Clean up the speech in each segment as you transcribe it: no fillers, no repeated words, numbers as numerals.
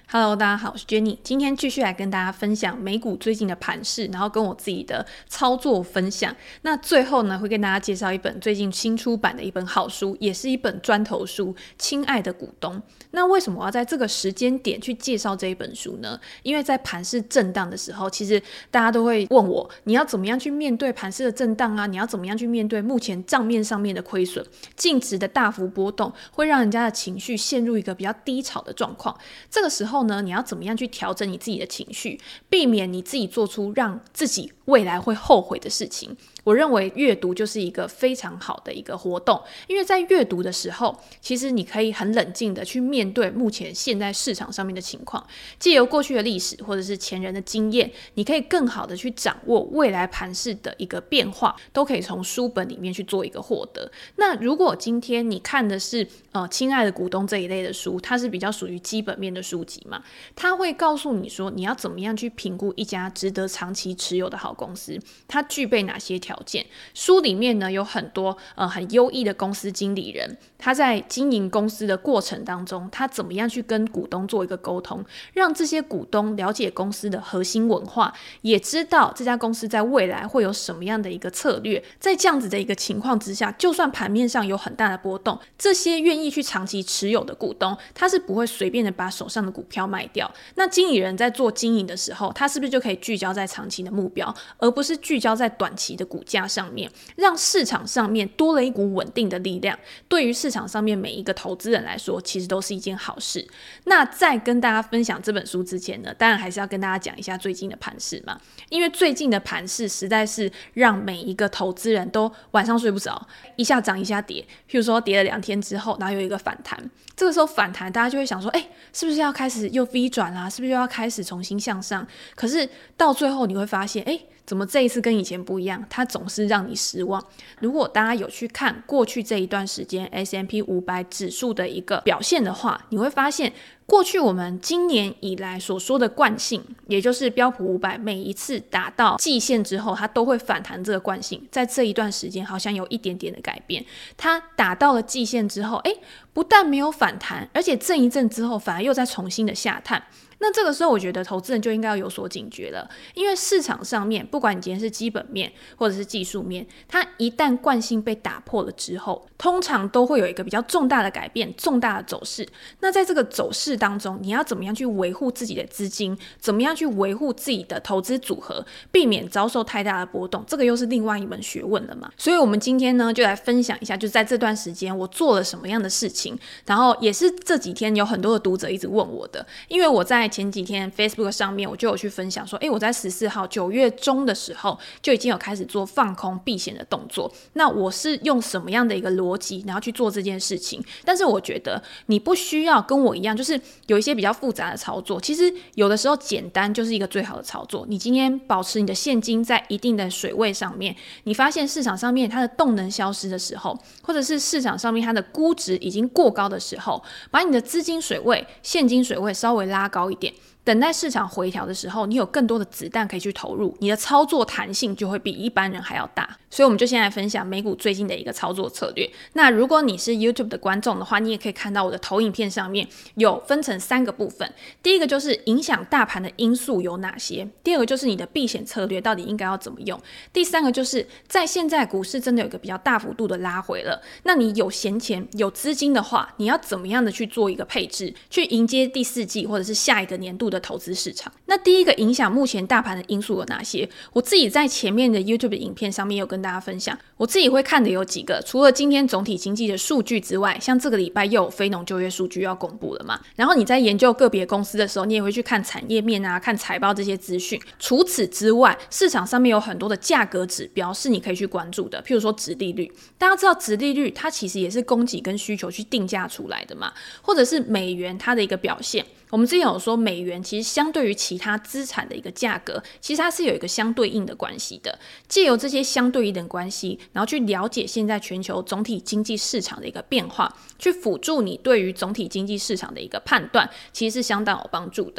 Hello， 大家好，我是 Jenny， 今天继续来跟大家分享美股最近的盘势，然后跟我自己的操作分享。那最后呢，会跟大家介绍一本最近新出版的一本好书，也是一本砖头书，《亲爱的股东》。那为什么我要在这个时间点去介绍这一本书呢？因为在盘势震荡的时候，其实大家都会问我，你要怎么样去面对盘势的震荡啊？你要怎么样去面对目前账面上面的亏损、净值的大幅波动，会让人家的情绪陷入一个比较低潮的状况。这个时候呢，你要怎么样去调整你自己的情绪，避免你自己做出让自己未来会后悔的事情。我认为阅读就是一个非常好的一个活动，因为在阅读的时候，其实你可以很冷静的去面对目前现在市场上面的情况，藉由过去的历史或者是前人的经验，你可以更好的去掌握未来盘势的一个变化，都可以从书本里面去做一个获得。那如果今天你看的是亲爱的股东这一类的书，它是比较属于基本面的书籍嘛，它会告诉你说你要怎么样去评估一家值得长期持有的好公司，它具备哪些条件。书里面呢有很多很优异的公司经理人，他在经营公司的过程当中，他怎么样去跟股东做一个沟通，让这些股东了解公司的核心文化，也知道这家公司在未来会有什么样的一个策略。在这样子的一个情况之下，就算盘面上有很大的波动，这些愿意去长期持有的股东，他是不会随便的把手上的股票卖掉。那经理人在做经营的时候，他是不是就可以聚焦在长期的目标，而不是聚焦在短期的股价上面，让市场上面多了一股稳定的力量，对于市场上面每一个投资人来说，其实都是一件好事。那在跟大家分享这本书之前呢，当然还是要跟大家讲一下最近的盘势嘛，因为最近的盘势实在是让每一个投资人都晚上睡不着，一下涨一下跌，譬如说跌了2天之后，然后有一个反弹，这个时候反弹大家就会想说，是不是要开始又 V 转啦？是不是又要开始重新向上？可是到最后你会发现，怎么这一次跟以前不一样？它总是让你失望。如果大家有去看过去这一段时间 S&P 500指数的一个表现的话，你会发现过去我们今年以来所说的惯性，也就是标普500每一次达到季线之后，它都会反弹这个惯性，在这一段时间好像有一点点的改变。它打到了季线之后，不但没有反弹，而且震一震之后，反而又再重新的下探。那这个时候我觉得投资人就应该要有所警觉了，因为市场上面不管你今天是基本面或者是技术面，它一旦惯性被打破了之后，通常都会有一个比较重大的改变，重大的走势。那在这个走势当中，你要怎么样去维护自己的资金，怎么样去维护自己的投资组合，避免遭受太大的波动，这个又是另外一门学问了嘛。所以我们今天呢就来分享一下，就在这段时间我做了什么样的事情，然后也是这几天有很多的读者一直问我的，因为我在前几天 Facebook 上面我就有去分享说，我在14号9月中的时候就已经有开始做放空避险的动作。那我是用什么样的一个逻辑然后去做这件事情？但是我觉得你不需要跟我一样，就是有一些比较复杂的操作，其实有的时候简单就是一个最好的操作。你今天保持你的现金在一定的水位上面，你发现市场上面它的动能消失的时候，或者是市场上面它的估值已经过高的时候，把你的资金水位、现金水位稍微拉高一点，等待市场回调的时候，你有更多的子弹可以去投入，你的操作弹性就会比一般人还要大。所以我们就先来分享美股最近的一个操作策略。那如果你是 YouTube 的观众的话，你也可以看到我的投影片上面有分成3个部分。第一个就是影响大盘的因素有哪些，第二个就是你的避险策略到底应该要怎么用，第3个就是在现在股市真的有一个比较大幅度的拉回了，那你有闲钱有资金的话，你要怎么样的去做一个配置，去迎接第4季或者是下一个年度的投资市场。那第一个影响目前大盘的因素有哪些？我自己在前面的 YouTube 的影片上面有跟大家分享，我自己会看的有几个，除了今天总体经济的数据之外，像这个礼拜又有非农就业数据要公布了嘛，然后你在研究个别公司的时候，你也会去看产业面啊，看财报这些资讯。除此之外，市场上面有很多的价格指标是你可以去关注的，譬如说殖利率，大家知道殖利率它其实也是供给跟需求去定价出来的嘛，或者是美元它的一个表现。我们之前有说美元其实相对于其他资产的一个价格，其实它是有一个相对应的关系的，藉由这些相对应的关系，然后去了解现在全球总体经济市场的一个变化，去辅助你对于总体经济市场的一个判断，其实是相当有帮助的。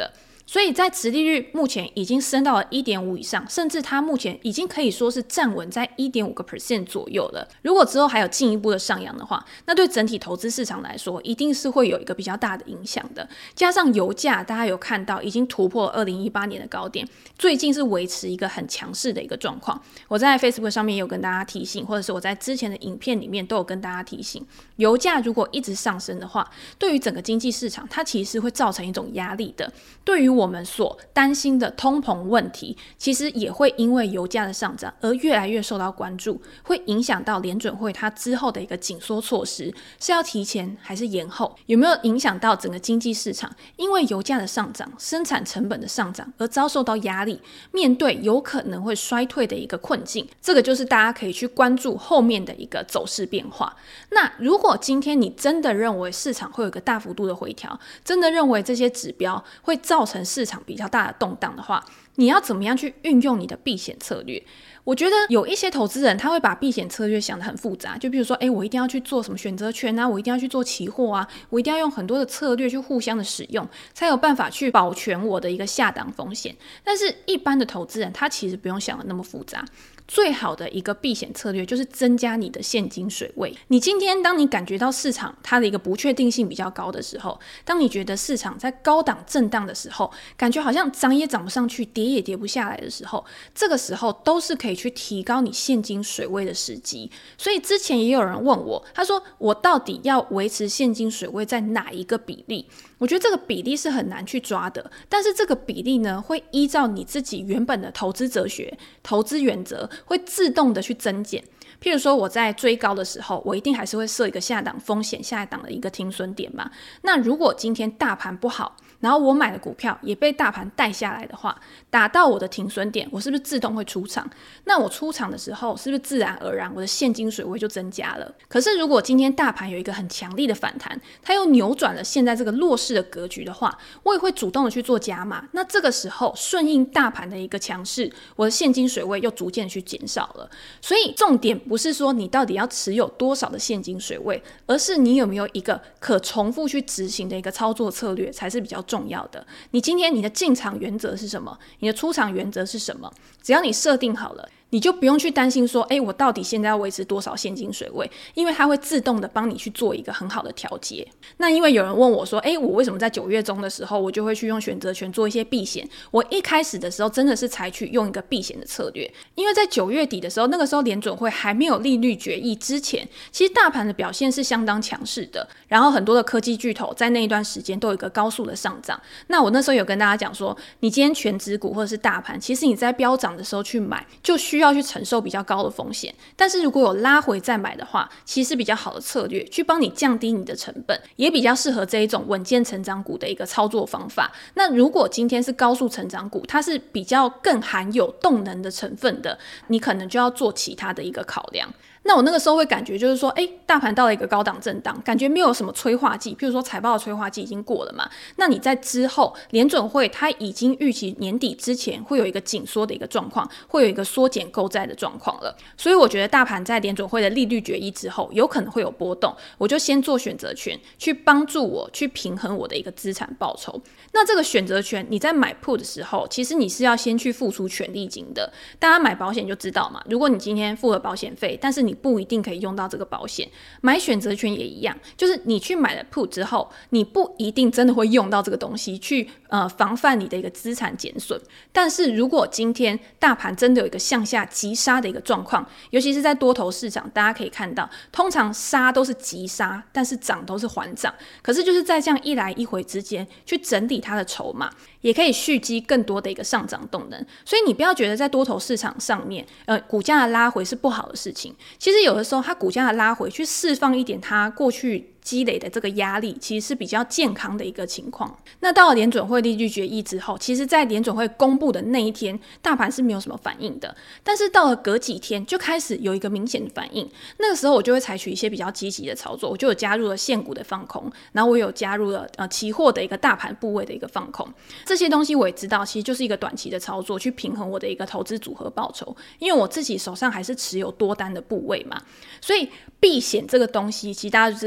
所以在殖利率目前已经升到了 1.5 以上，甚至它目前已经可以说是站稳在 1.5% 左右了。如果之后还有进一步的上扬的话，那对整体投资市场来说一定是会有一个比较大的影响的。加上油价大家有看到已经突破了2018年的高点，最近是维持一个很强势的一个状况。我在 Facebook 上面也有跟大家提醒，或者是我在之前的影片里面都有跟大家提醒，油价如果一直上升的话，对于整个经济市场它其实会造成一种压力的。对于我们所担心的通膨问题，其实也会因为油价的上涨而越来越受到关注，会影响到联准会它之后的一个紧缩措施是要提前还是延后，有没有影响到整个经济市场因为油价的上涨、生产成本的上涨而遭受到压力，面对有可能会衰退的一个困境。这个就是大家可以去关注后面的一个走势变化。那如果今天你真的认为市场会有一个大幅度的回调，真的认为这些指标会造成市场比较大的动荡的话，你要怎么样去运用你的避险策略？我觉得有一些投资人他会把避险策略想得很复杂，就比如说我一定要去做什么选择权啊，我一定要去做期货啊，我一定要用很多的策略去互相的使用，才有办法去保全我的一个下档风险。但是一般的投资人他其实不用想得那么复杂，最好的一个避险策略就是增加你的现金水位。你今天当你感觉到市场它的一个不确定性比较高的时候，当你觉得市场在高档震荡的时候，感觉好像涨也涨不上去，跌也跌不下来的时候，这个时候都是可以去提高你现金水位的时机。所以之前也有人问我，他说我到底要维持现金水位在哪一个比例？我觉得这个比例是很难去抓的，但是这个比例呢，会依照你自己原本的投资哲学、投资原则，会自动的去增减。譬如说我在追高的时候，我一定还是会设一个下档风险、下档的一个停损点嘛。那如果今天大盘不好，然后我买的股票也被大盘带下来的话，打到我的停损点，我是不是自动会出场？那我出场的时候，是不是自然而然我的现金水位就增加了？可是如果今天大盘有一个很强力的反弹，它又扭转了现在这个弱势的格局的话，我也会主动的去做加码。那这个时候顺应大盘的一个强势，我的现金水位又逐渐去减少了。所以重点不是说你到底要持有多少的现金水位，而是你有没有一个可重复去执行的一个操作策略才是比较重要的。你今天你的进场原则是什么？你的出场原则是什么？只要你设定好了，你就不用去担心说我到底现在要维持多少现金水位，因为它会自动的帮你去做一个很好的调节。那因为有人问我说我为什么在9月中的时候我就会去用选择权做一些避险？我一开始的时候真的是采取用一个避险的策略，因为在9月底的时候，那个时候联准会还没有利率决议之前，其实大盘的表现是相当强势的，然后很多的科技巨头在那一段时间都有一个高速的上涨。那我那时候有跟大家讲说，你今天全指股或者是大盘，其实你在飙涨的时候去买，就需要去承受比较高的风险，但是如果有拉回再买的话，其实是比较好的策略，去帮你降低你的成本，也比较适合这一种稳健成长股的一个操作方法。那如果今天是高速成长股，它是比较更含有动能的成分的，你可能就要做其他的一个考量。那我那个时候会感觉就是说大盘到了一个高档震荡，感觉没有什么催化剂，譬如说财报的催化剂已经过了嘛，那你在之后联准会它已经预期年底之前会有一个紧缩的一个状况，会有一个缩减购债的状况了。所以我觉得大盘在联准会的利率决议之后有可能会有波动，我就先做选择权去帮助我去平衡我的一个资产报酬。那这个选择权你在买 put 的时候，其实你是要先去付出权利金的。大家买保险就知道嘛，如果你今天付了保险费，但是你不一定可以用到这个保险，买选择权也一样，就是你去买了 put 之后，你不一定真的会用到这个东西去防范你的一个资产减损。但是如果今天大盘真的有一个向下急杀的一个状况，尤其是在多头市场，大家可以看到通常杀都是急杀，但是涨都是缓涨，可是就是在这样一来一回之间去整理它的筹码，也可以蓄积更多的一个上涨动能。所以你不要觉得在多头市场上面股价的拉回是不好的事情，其实有的时候它股价的拉回去释放一点它过去积累的这个压力，其实是比较健康的一个情况。那到了联准会利率决议之后，其实在联准会公布的那一天，大盘是没有什么反应的，但是到了隔几天就开始有一个明显的反应。那个时候我就会采取一些比较积极的操作，我就有加入了现股的放空，然后我有加入了期货的一个大盘部位的一个放空。这些东西我也知道其实就是一个短期的操作，去平衡我的一个投资组合报酬，因为我自己手上还是持有多单的部位嘛。所以避险这个东西其实大家就知道，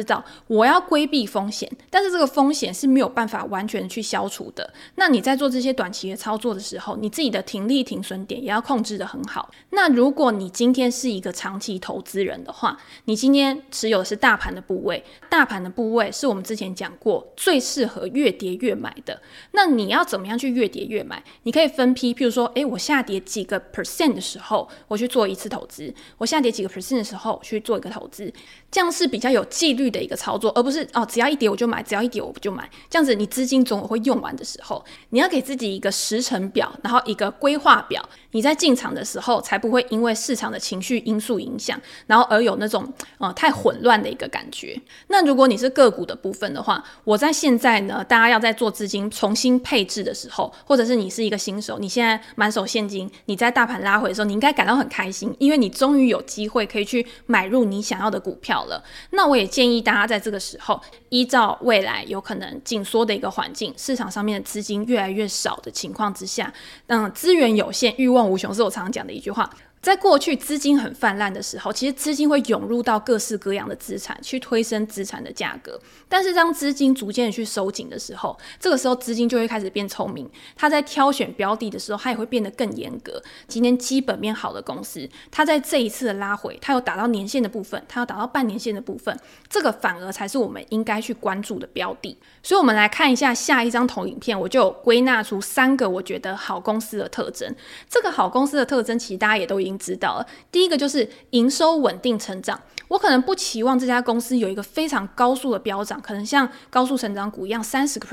我要规避风险，但是这个风险是没有办法完全去消除的。那你在做这些短期的操作的时候，你自己的停利停损点也要控制得很好。那如果你今天是一个长期投资人的话，你今天持有的是大盘的部位，大盘的部位是我们之前讲过最适合越跌越买的。那你要怎么样去越跌越买？你可以分批，譬如说我下跌几个 percent 的时候我去做一次投资，我下跌几个 percent 的时候去做一个投资，这样是比较有纪律的一个操作，而不是只要一跌我就买，只要一跌我就买。这样子你资金总有会用完的时候，你要给自己一个时程表，然后一个规划表，你在进场的时候才不会因为市场的情绪因素影响，然后而有那种太混乱的一个感觉。那如果你是个股的部分的话，我在现在呢，大家要在做资金重新配置的时候，或者是你是一个新手，你现在满手现金，你在大盘拉回的时候，你应该感到很开心，因为你终于有机会可以去买入你想要的股票了。那我也建议大家在这个时候，依照未来有可能紧缩的一个环境，市场上面的资金越来越少的情况之下，资源有限，欲望无穷，是我常常讲的一句话。在过去资金很泛滥的时候，其实资金会涌入到各式各样的资产，去推升资产的价格。但是当资金逐渐的去收紧的时候，这个时候资金就会开始变聪明，他在挑选标的的时候，他也会变得更严格。今天基本面好的公司，他在这一次的拉回，他有打到年线的部分，他有打到半年线的部分，这个反而才是我们应该去关注的标的。所以我们来看一下下一张投影片，我就有归纳出3个我觉得好公司的特征。这个好公司的特征其实大家也都已经知道了。第一个就是营收稳定成长，我可能不期望这家公司有一个非常高速的飙涨，可能像高速成长股一样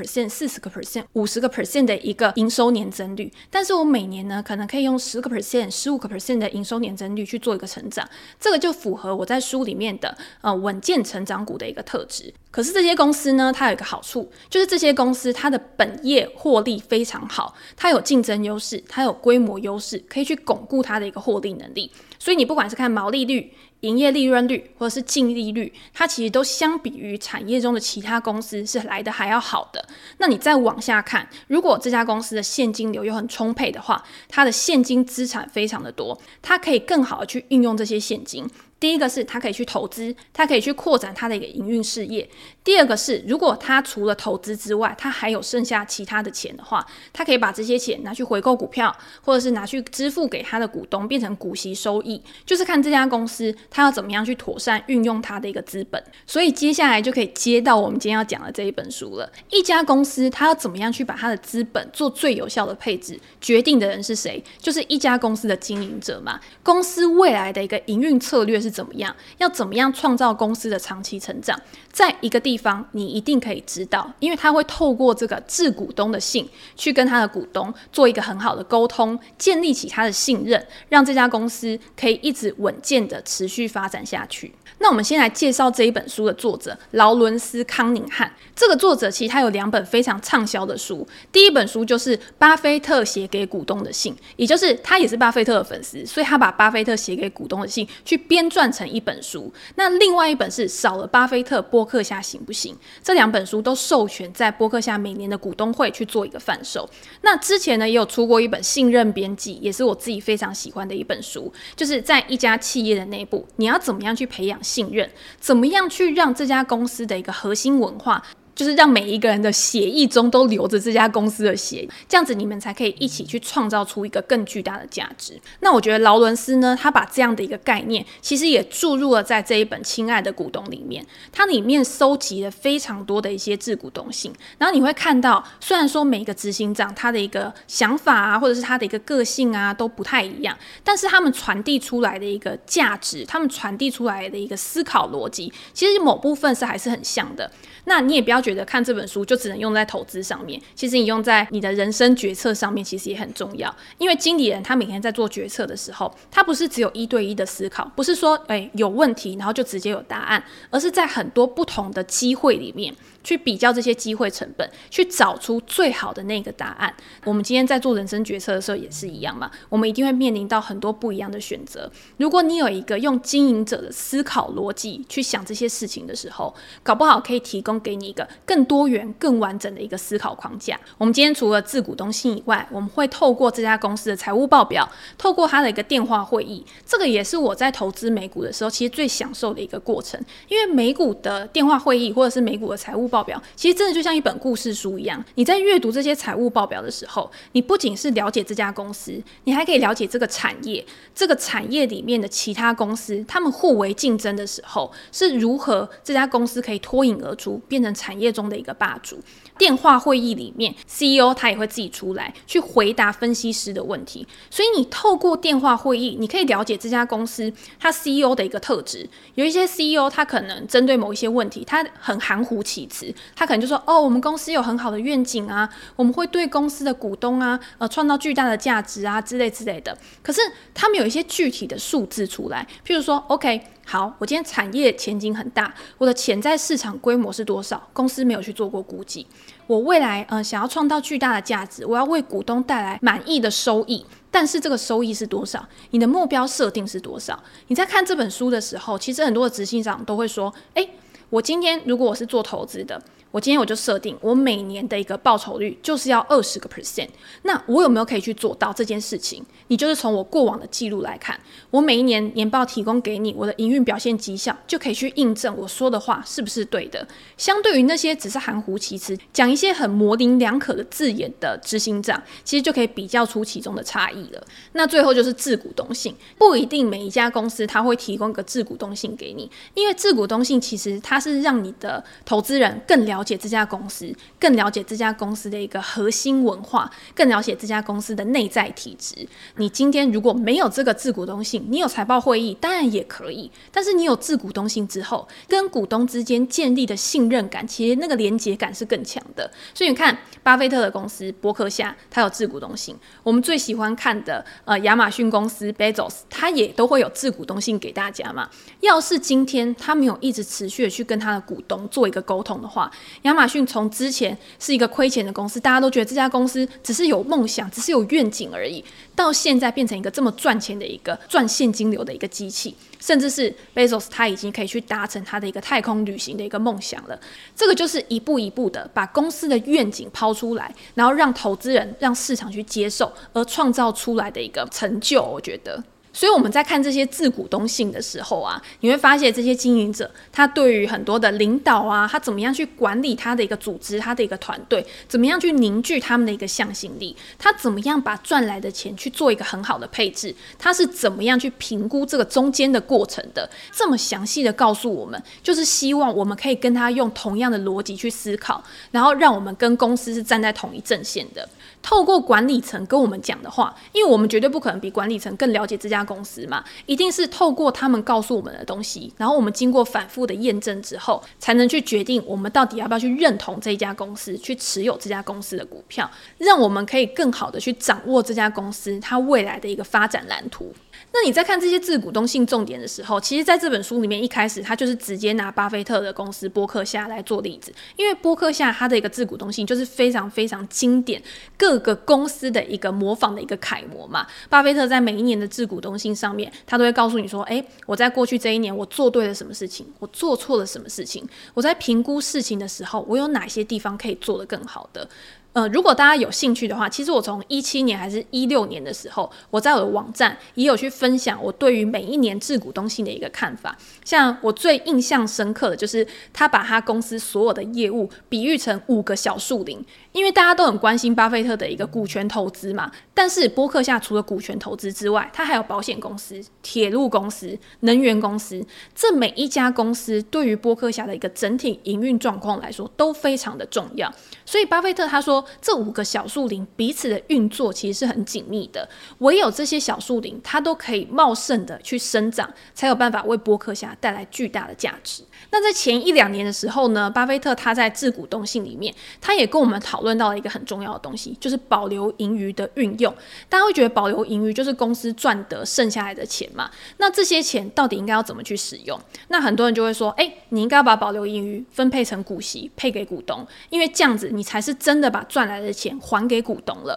30%、40%、50% 的一个营收年增率，但是我每年呢可能可以用10%、15% 的营收年增率去做一个成长，这个就符合我在书里面的稳健成长股的一个特质。可是这些公司呢，它有一个好处，就是这些公司它的本业获利非常好，它有竞争优势，它有规模优势，可以去巩固它的一个获利能力。所以你不管是看毛利率、营业利润率或者是净利率，它其实都相比于产业中的其他公司是来的还要好的。那你再往下看，如果这家公司的现金流又很充沛的话，它的现金资产非常的多，它可以更好的去运用这些现金。第一个是它可以去投资，它可以去扩展它的一个营运事业。第二个是，如果它除了投资之外，它还有剩下其他的钱的话，它可以把这些钱拿去回购股票，或者是拿去支付给它的股东，变成股息收益。就是看这家公司它要怎么样去妥善运用它的一个资本。所以接下来就可以接到我们今天要讲的这一本书了。一家公司它要怎么样去把它的资本做最有效的配置，决定的人是谁？就是一家公司的经营者嘛。公司未来的一个营运策略是怎么样？要怎么样创造公司的长期成长？在一个地方你一定可以知道，因为他会透过这个致股东的信去跟他的股东做一个很好的沟通，建立起他的信任，让这家公司可以一直稳健的持续发展下去。那我们先来介绍这一本书的作者劳伦斯·康宁汉。这个作者其实他有2本非常畅销的书，第一本书就是巴菲特写给股东的信，也就是他也是巴菲特的粉丝，所以他把巴菲特写给股东的信去编撰成一本书。那另外一本是少了巴菲特播客下行不行？这2本书都授权在播客下每年的股东会去做一个贩售。那之前呢也有出过一本信任编辑，也是我自己非常喜欢的一本书，就是在一家企业的内部，你要怎么样去培养信任，怎么样去让这家公司的一个核心文化，就是让每一个人的血液中都流着这家公司的血，这样子你们才可以一起去创造出一个更巨大的价值。那我觉得劳伦斯呢，他把这样的一个概念其实也注入了在这一本《亲爱的股东》里面，它里面收集了非常多的一些致股东信，然后你会看到，虽然说每一个执行长他的一个想法啊，或者是他的一个个性啊都不太一样，但是他们传递出来的一个价值，他们传递出来的一个思考逻辑，其实某部分是还是很像的。那你也不要觉得看这本书就只能用在投资上面，其实你用在你的人生决策上面其实也很重要。因为经理人他每天在做决策的时候，他不是只有1对1的思考，不是说有问题然后就直接有答案，而是在很多不同的机会里面去比较这些机会成本，去找出最好的那个答案。我们今天在做人生决策的时候也是一样嘛，我们一定会面临到很多不一样的选择。如果你有一个用经营者的思考逻辑去想这些事情的时候，搞不好可以提供给你一个更多元、更完整的一个思考框架。我们今天除了自股东性以外，我们会透过这家公司的财务报表，透过它的一个电话会议，这个也是我在投资美股的时候其实最享受的一个过程。因为美股的电话会议或者是美股的财务报表，其实真的就像一本故事书一样。你在阅读这些财务报表的时候，你不仅是了解这家公司，你还可以了解这个产业，这个产业里面的其他公司，他们互为竞争的时候是如何这家公司可以脱颖而出，变成产业中的一个霸主。电话会议里面 CEO 他也会自己出来去回答分析师的问题，所以你透过电话会议，你可以了解这家公司他 CEO 的一个特质。有一些 CEO 他可能针对某一些问题他很含糊其辞，他可能就说我们公司有很好的愿景啊，我们会对公司的股东啊创造巨大的价值啊之类的，可是他们有一些具体的数字出来，譬如说 OK，好，我今天产业前景很大，我的潜在市场规模是多少？公司没有去做过估计。我未来想要创造巨大的价值，我要为股东带来满意的收益，但是这个收益是多少？你的目标设定是多少？你在看这本书的时候，其实很多的执行长都会说，我今天如果我是做投资的，我今天我就设定我每年的一个报酬率就是要20%，那我有没有可以去做到这件事情？你就是从我过往的记录来看，我每一年年报提供给你我的营运表现绩效，就可以去印证我说的话是不是对的。相对于那些只是含糊其辞讲一些很模棱两可的字眼的执行长，其实就可以比较出其中的差异了。那最后就是自股东性，不一定每一家公司它会提供一个自股东性给你，因为自股东性其实它是让你的投资人更了解这家公司，更了解这家公司的一个核心文化，更了解这家公司的内在体质。你今天如果没有这个自股东性，你有财报会议当然也可以，但是你有自股东性之后，跟股东之间建立的信任感，其实那个连结感是更强的。所以你看巴菲特的公司伯克夏，他有自股东性，我们最喜欢看的亚马逊公司 Bezos， 他也都会有自股东性给大家嘛。要是今天他没有一直持续的去跟他的股东做一个沟通的话，亚马逊从之前是一个亏钱的公司，大家都觉得这家公司只是有梦想，只是有愿景而已，到现在变成一个这么赚钱的一个赚现金流的一个机器，甚至是 Bezos 他已经可以去达成他的一个太空旅行的一个梦想了。这个就是一步一步的把公司的愿景抛出来，然后让投资人让市场去接受，而创造出来的一个成就，我觉得。所以我们在看这些自股东性的时候啊，你会发现这些经营者他对于很多的领导啊，他怎么样去管理他的一个组织，他的一个团队，怎么样去凝聚他们的一个向心力，他怎么样把赚来的钱去做一个很好的配置，他是怎么样去评估这个中间的过程的，这么详细的告诉我们，就是希望我们可以跟他用同样的逻辑去思考，然后让我们跟公司是站在同一阵线的。透过管理层跟我们讲的话，因为我们绝对不可能比管理层更了解这家公司嘛，一定是透过他们告诉我们的东西，然后我们经过反复的验证之后，才能去决定我们到底要不要去认同这一家公司，去持有这家公司的股票，让我们可以更好的去掌握这家公司它未来的一个发展蓝图。那你在看这些自股东性重点的时候，其实在这本书里面一开始他就是直接拿巴菲特的公司波克夏来做例子，因为波克夏他的一个自股东性就是非常非常经典，各个公司的一个模仿的一个楷模嘛。巴菲特在每一年的自股东性上面，他都会告诉你说，我在过去这一年我做对了什么事情，我做错了什么事情，我在评估事情的时候，我有哪些地方可以做得更好的。如果大家有兴趣的话，其实我从17年还是16年的时候，我在我的网站也有去分享我对于每一年自股东性的一个看法。像我最印象深刻的就是他把他公司所有的业务比喻成5个小树林，因为大家都很关心巴菲特的一个股权投资嘛，但是波克夏除了股权投资之外，他还有保险公司、铁路公司、能源公司，这每一家公司对于波克夏的一个整体营运状况来说都非常的重要。所以巴菲特他说这5个小树林彼此的运作其实是很紧密的，唯有这些小树林它都可以茂盛的去生长，才有办法为波克夏带来巨大的价值。那在前1-2年的时候呢，巴菲特他在自股东性里面，他也跟我们讨论到了一个很重要的东西，就是保留盈余的运用。大家会觉得保留盈余就是公司赚得剩下来的钱嘛，那这些钱到底应该要怎么去使用？那很多人就会说，你应该要把保留盈余分配成股息配给股东，因为这样子你才是真的把赚来的钱还给股东了。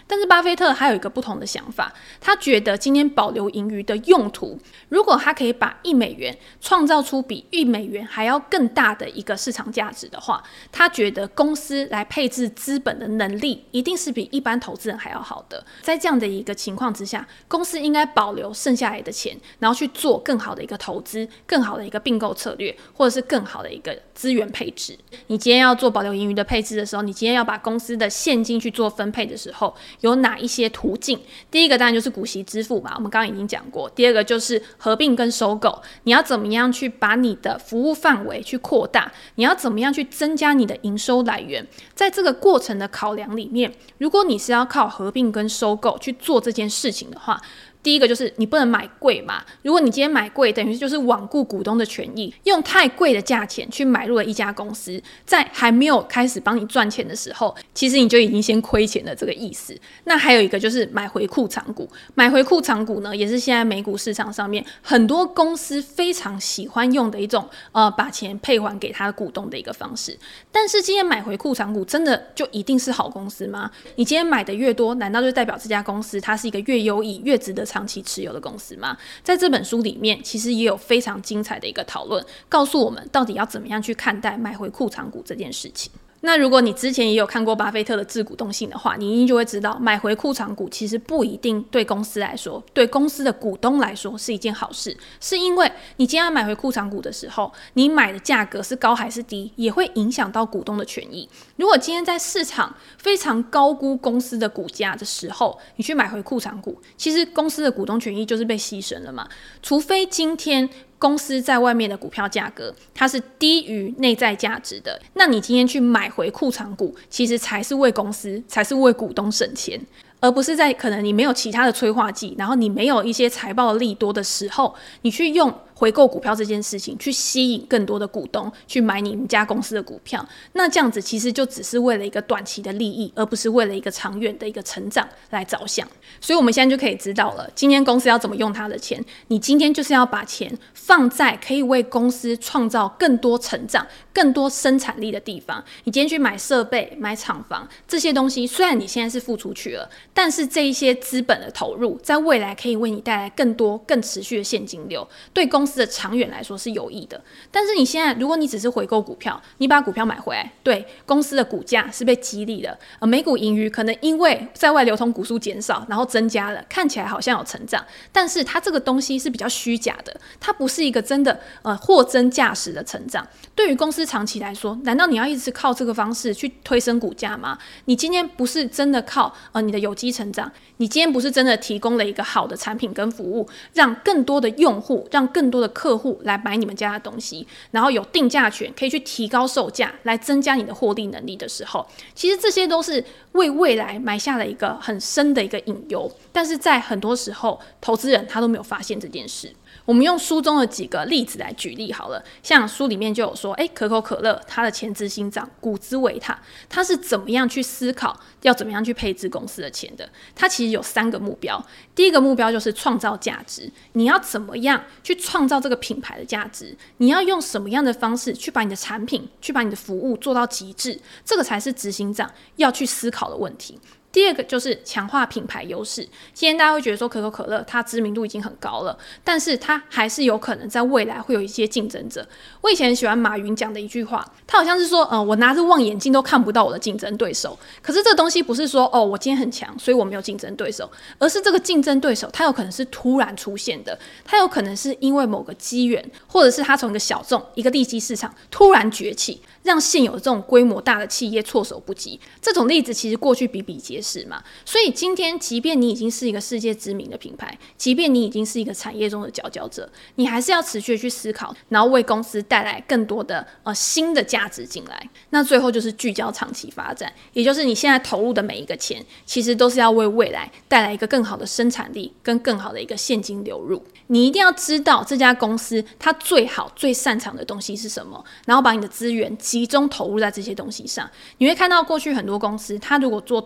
但是巴菲特还有一个不同的想法，他觉得今天保留盈余的用途，如果他可以把$1创造出比$1还要更大的一个市场价值的话，他觉得公司来配置资本的能力一定是比一般投资人还要好的。在这样的一个情况之下，公司应该保留剩下来的钱，然后去做更好的一个投资，更好的一个并购策略，或者是更好的一个资源配置。你今天要做保留盈余的配置的时候，你今天要把公司的现金去做分配的时候，有哪一些途径？第一个当然就是股息支付嘛，我们刚刚已经讲过。第二个就是合并跟收购，你要怎么样去把你的服务范围去扩大？你要怎么样去增加你的营收来源？在这个过程的考量里面，如果你是要靠合并跟收购去做这件事情的话，第一个就是你不能买贵嘛，如果你今天买贵，等于就是罔顾股东的权益，用太贵的价钱去买入了一家公司，在还没有开始帮你赚钱的时候，其实你就已经先亏钱了，这个意思。那还有一个就是买回库藏股，买回库藏股呢，也是现在美股市场上面很多公司非常喜欢用的一种把钱配还给他的股东的一个方式。但是今天买回库藏股真的就一定是好公司吗？你今天买的越多，难道就代表这家公司它是一个越优异、越值得长期持有的公司吗？在这本书里面，其实也有非常精彩的一个讨论，告诉我们到底要怎么样去看待买回库藏股这件事情。那如果你之前也有看过巴菲特的致股动性的话，你一定就会知道，买回库藏股其实不一定对公司来说，对公司的股东来说是一件好事，是因为你今天要买回库藏股的时候，你买的价格是高还是低，也会影响到股东的权益。如果今天在市场非常高估公司的股价的时候，你去买回库藏股，其实公司的股东权益就是被牺牲了嘛。除非今天公司在外面的股票价格它是低于内在价值的，那你今天去买回库藏股，其实才是为公司，才是为股东省钱，而不是在可能你没有其他的催化剂，然后你没有一些财报的利多的时候，你去用回购股票这件事情去吸引更多的股东去买你们家公司的股票，那这样子其实就只是为了一个短期的利益，而不是为了一个长远的一个成长来着想。所以我们现在就可以知道了，今天公司要怎么用它的钱，你今天就是要把钱放在可以为公司创造更多成长、更多生产力的地方。你今天去买设备、买厂房这些东西，虽然你现在是付出去了，但是这一些资本的投入在未来可以为你带来更多更持续的现金流，对公司的长远来说是有益的。但是你现在如果你只是回购股票，你把股票买回来，对公司的股价是被激励的，每股盈余可能因为在外流通股数减少然后增加了，看起来好像有成长，但是它这个东西是比较虚假的，它不是一个真的货真价实的成长。对于公司长期来说，难道你要一直靠这个方式去推升股价吗？你今天不是真的靠你的有机成长，你今天不是真的提供了一个好的产品跟服务，让更多的用户，让更多的客户来买你们家的东西，然后有定价权可以去提高售价来增加你的获利能力的时候，其实这些都是为未来埋下了一个很深的一个隐忧，但是在很多时候投资人他都没有发现这件事。我们用书中的几个例子来举例好了，像书里面就有说，可口可乐它的前执行长古兹维塔，他是怎么样去思考要怎么样去配置公司的钱的？他其实有3个目标，第一个目标就是创造价值，你要怎么样去创造这个品牌的价值？你要用什么样的方式去把你的产品、去把你的服务做到极致？这个才是执行长要去思考的问题。第二个就是强化品牌优势。今天大家会觉得说可口可乐它知名度已经很高了，但是它还是有可能在未来会有一些竞争者。我以前很喜欢马云讲的一句话，他好像是说我拿着望远镜都看不到我的竞争对手。可是这东西不是说我今天很强所以我没有竞争对手，而是这个竞争对手他有可能是突然出现的，他有可能是因为某个机缘，或者是他从一个小众一个利基市场突然崛起，让现有的这种规模大的企业措手不及。这种例子其实过去比比皆是嘛。所以今天即便你已经是一个世界知名的品牌，即便你已经是一个产业中的佼佼者，你还是要持续的去思考，然后为公司带来更多的新的价值进来。那最后就是聚焦长期发展，也就是你现在投入的每一个钱，其实都是要为未来带来一个更好的生产力跟更好的一个现金流入。你一定要知道这家公司它最好最擅长的东西是什么，然后把你的资源集中投入在这些东西上。你会看到过去很多公司，它如果做多角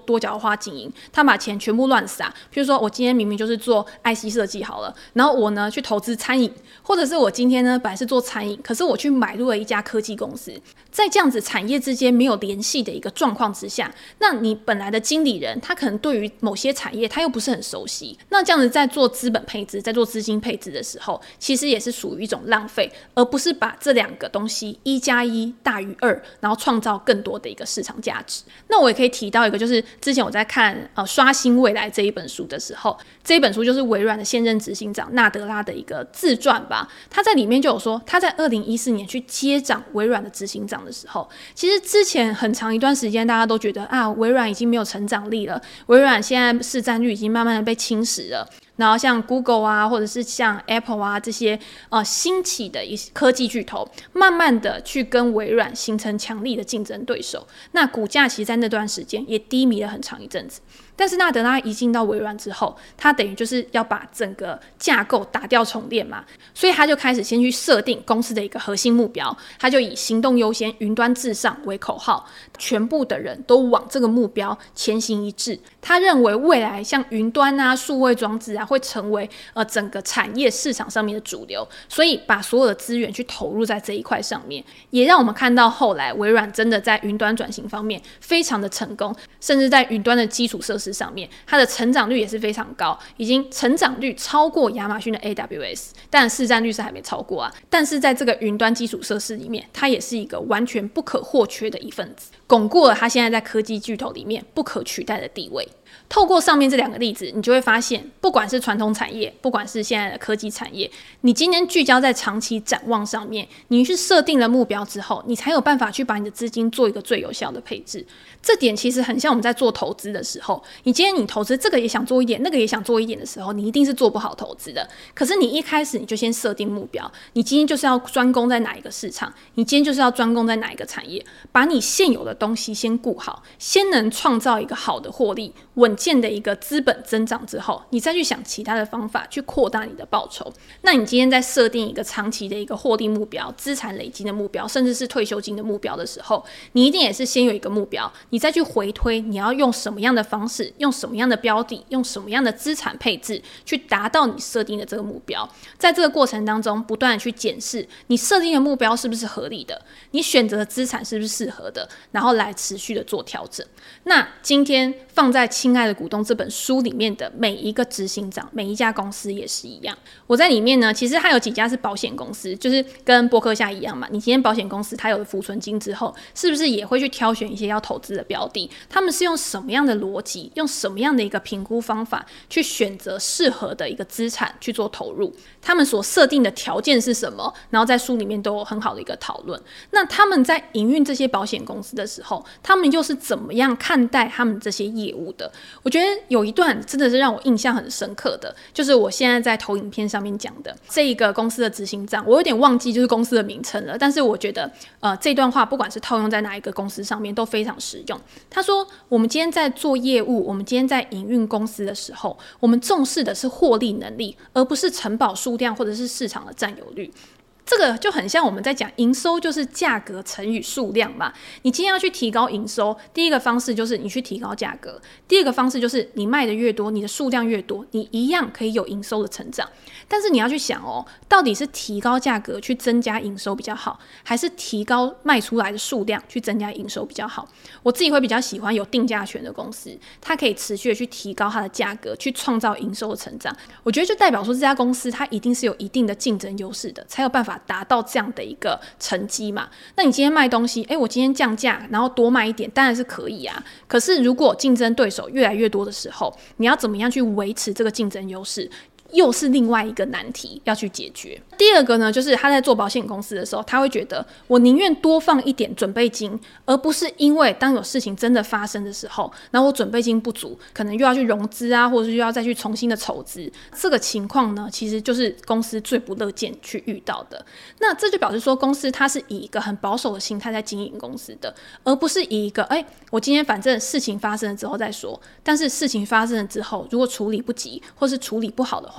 化经营，他把钱全部乱撒。譬如说我今天明明就是做 IC 设计好了，然后我呢去投资餐饮，或者是我今天呢本来是做餐饮，可是我去买入了一家科技公司，在这样子产业之间没有联系的一个状况之下，那你本来的经理人他可能对于某些产业他又不是很熟悉，那这样子在做资本配置，在做资金配置的时候，其实也是属于一种浪费，而不是把这两个东西1+1大于2，然后创造更多的一个市场价值。那我也可以提到一个，就是之前我在看刷新未来这一本书的时候，这一本书就是微软的现任执行长纳德拉的一个自传吧，他在里面就有说，他在2014年去接掌微软的执行长的时候，其实之前很长一段时间大家都觉得微软已经没有成长力了，微软现在市占率已经慢慢的被侵蚀了，然后像 Google 啊，或者是像 Apple 啊这些兴起的一些科技巨头，慢慢的去跟微软形成强力的竞争对手。那股价其实在那段时间也低迷了很长一阵子。但是纳德拉一进到微软之后，他等于就是要把整个架构打掉重练嘛，所以他就开始先去设定公司的一个核心目标，他就以行动优先、云端至上为口号，全部的人都往这个目标前行一致。他认为未来像云端啊、数位装置啊，会成为整个产业市场上面的主流，所以把所有的资源去投入在这一块上面，也让我们看到后来微软真的在云端转型方面非常的成功，甚至在云端的基础设施上面，它的成长率也是非常高，已经成长率超过亚马逊的 AWS， 但市占率是还没超过啊。但是在这个云端基础设施里面，它也是一个完全不可或缺的一份子，巩固了它现在在科技巨头里面不可取代的地位。透过上面这两个例子，你就会发现，不管是传统产业，不管是现在的科技产业，你今天聚焦在长期展望上面，你去设定了目标之后，你才有办法去把你的资金做一个最有效的配置。这点其实很像我们在做投资的时候，你今天你投资这个也想做一点，那个也想做一点的时候，你一定是做不好投资的。可是你一开始你就先设定目标，你今天就是要专攻在哪一个市场，你今天就是要专攻在哪一个产业，把你现有的东西先顾好，先能创造一个好的获利、稳健的一个资本增长之后，你再去想其他的方法去扩大你的报酬。那你今天在设定一个长期的一个获利目标、资产累积的目标，甚至是退休金的目标的时候，你一定也是先有一个目标，你再去回推你要用什么样的方式、用什么样的标的、用什么样的资产配置去达到你设定的这个目标。在这个过程当中，不断的去检视你设定的目标是不是合理的，你选择的资产是不是适合的，然后来持续的做调整。那今天放在《亲爱的股东》这本书里面的每一个执行长、每一家公司也是一样。我在里面呢，其实还有几家是保险公司，就是跟波克夏一样嘛。你今天保险公司它有了浮存金之后，是不是也会去挑选一些要投资的标的？他们是用什么样的逻辑，用什么样的一个评估方法去选择适合的一个资产去做投入？他们所设定的条件是什么？然后在书里面都有很好的一个讨论。那他们在营运这些保险公司的时候，他们又是怎么样看待他们这些业务的？我觉得有一段真的是让我印象很深刻的，就是我现在在投影片上面讲的这一个公司的执行长，我有点忘记就是公司的名称了，但是我觉得这段话不管是套用在哪一个公司上面都非常实用。他说，我们今天在做业务，我们今天在营运公司的时候，我们重视的是获利能力，而不是承保数量或者是市场的占有率。这个就很像我们在讲营收就是价格乘以数量嘛。你今天要去提高营收，第一个方式就是你去提高价格，第二个方式就是你卖的越多，你的数量越多，你一样可以有营收的成长。但是你要去想到底是提高价格去增加营收比较好，还是提高卖出来的数量去增加营收比较好？我自己会比较喜欢有定价权的公司，它可以持续的去提高它的价格，去创造营收的成长。我觉得就代表说这家公司它一定是有一定的竞争优势的，才有办法达到这样的一个成绩嘛。那你今天卖东西，我今天降价然后多卖一点当然是可以啊，可是如果竞争对手越来越多的时候，你要怎么样去维持这个竞争优势，又是另外一个难题要去解决。第二个呢，就是他在做保险公司的时候，他会觉得我宁愿多放一点准备金，而不是因为当有事情真的发生的时候，然后我准备金不足，可能又要去融资啊，或者是又要再去重新的筹资。这个情况呢，其实就是公司最不乐见去遇到的。那这就表示说，公司它是以一个很保守的心态在经营公司的，而不是以一个我今天反正事情发生了之后再说，但是事情发生了之后，如果处理不及或是处理不好的话，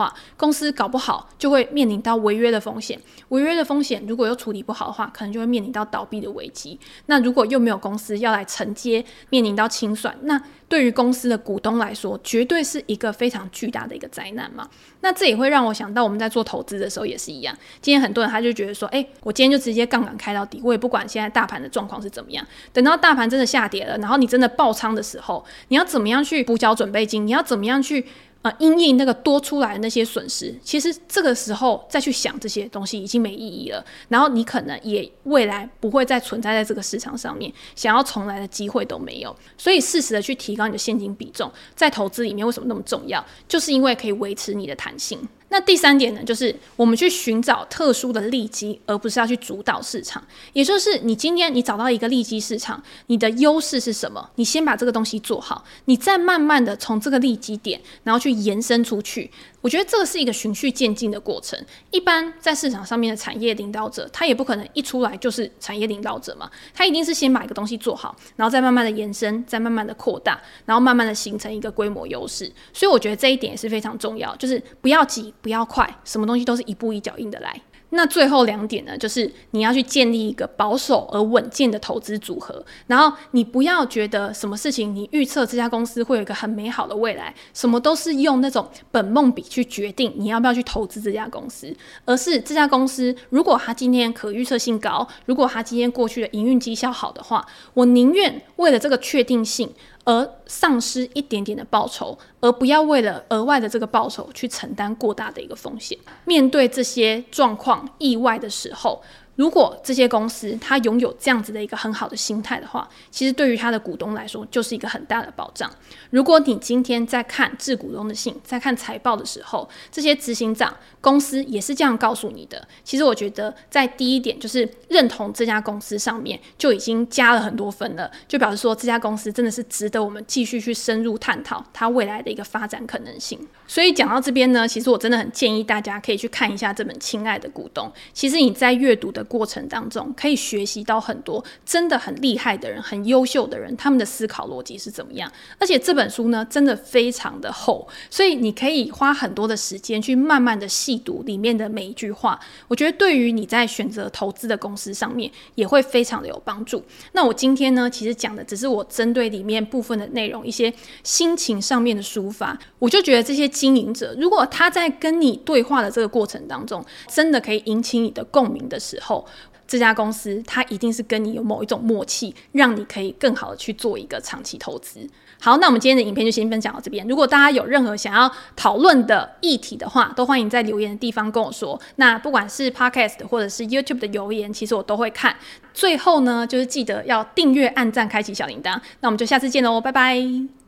话，公司搞不好就会面临到违约的风险。违约的风险如果又处理不好的话，可能就会面临到倒闭的危机。那如果又没有公司要来承接，面临到清算，那对于公司的股东来说，绝对是一个非常巨大的一个灾难嘛。那这也会让我想到我们在做投资的时候也是一样。今天很多人他就觉得说，我今天就直接杠杆开到底，我也不管现在大盘的状况是怎么样。等到大盘真的下跌了，然后你真的爆仓的时候，你要怎么样去补缴准备金？你要怎么样去因应那个多出来的那些损失？其实这个时候再去想这些东西已经没意义了，然后你可能也未来不会再存在在这个市场上面，想要重来的机会都没有。所以适时的去提高你的现金比重，在投资里面为什么那么重要？就是因为可以维持你的弹性。那第三点呢，就是我们去寻找特殊的利基，而不是要去主导市场。也就是你今天你找到一个利基市场，你的优势是什么？你先把这个东西做好，你再慢慢的从这个利基点，然后去延伸出去。我觉得这个是一个循序渐进的过程。一般在市场上面的产业领导者，他也不可能一出来就是产业领导者嘛，他一定是先把一个东西做好，然后再慢慢的延伸，再慢慢的扩大，然后慢慢的形成一个规模优势。所以我觉得这一点也是非常重要，就是不要急，不要快，什么东西都是一步一脚印的来。那最后2点呢，就是你要去建立一个保守而稳健的投资组合，然后你不要觉得什么事情你预测这家公司会有一个很美好的未来，什么都是用那种本梦比去决定你要不要去投资这家公司，而是这家公司如果它今天可预测性高，如果它今天过去的营运绩效好的话，我宁愿为了这个确定性而丧失一点点的报酬，而不要为了额外的这个报酬去承担过大的一个风险。面对这些状况意外的时候，如果这些公司它拥有这样子的一个很好的心态的话，其实对于它的股东来说就是一个很大的保障。如果你今天在看致股东的信，在看财报的时候，这些执行长公司也是这样告诉你的，其实我觉得在第一点就是认同这家公司上面就已经加了很多分了，就表示说这家公司真的是值得我们继续去深入探讨它未来的一个发展可能性。所以讲到这边呢，其实我真的很建议大家可以去看一下这本《亲爱的股东》。其实你在阅读的过程当中可以学习到很多真的很厉害的人，很优秀的人，他们的思考逻辑是怎么样。而且这本书呢真的非常的厚，所以你可以花很多的时间去慢慢的细读里面的每一句话，我觉得对于你在选择投资的公司上面也会非常的有帮助。那我今天呢其实讲的只是我针对里面部分的内容一些心情上面的抒发，我就觉得这些经营者如果他在跟你对话的这个过程当中真的可以引起你的共鸣的时候，这家公司它一定是跟你有某一种默契，让你可以更好的去做一个长期投资。好，那我们今天的影片就先分享到这边。如果大家有任何想要讨论的议题的话，都欢迎在留言的地方跟我说。那不管是 Podcast 或者是 YouTube 的留言，其实我都会看。最后呢，就是记得要订阅、按赞、开启小铃铛。那我们就下次见喽，拜拜。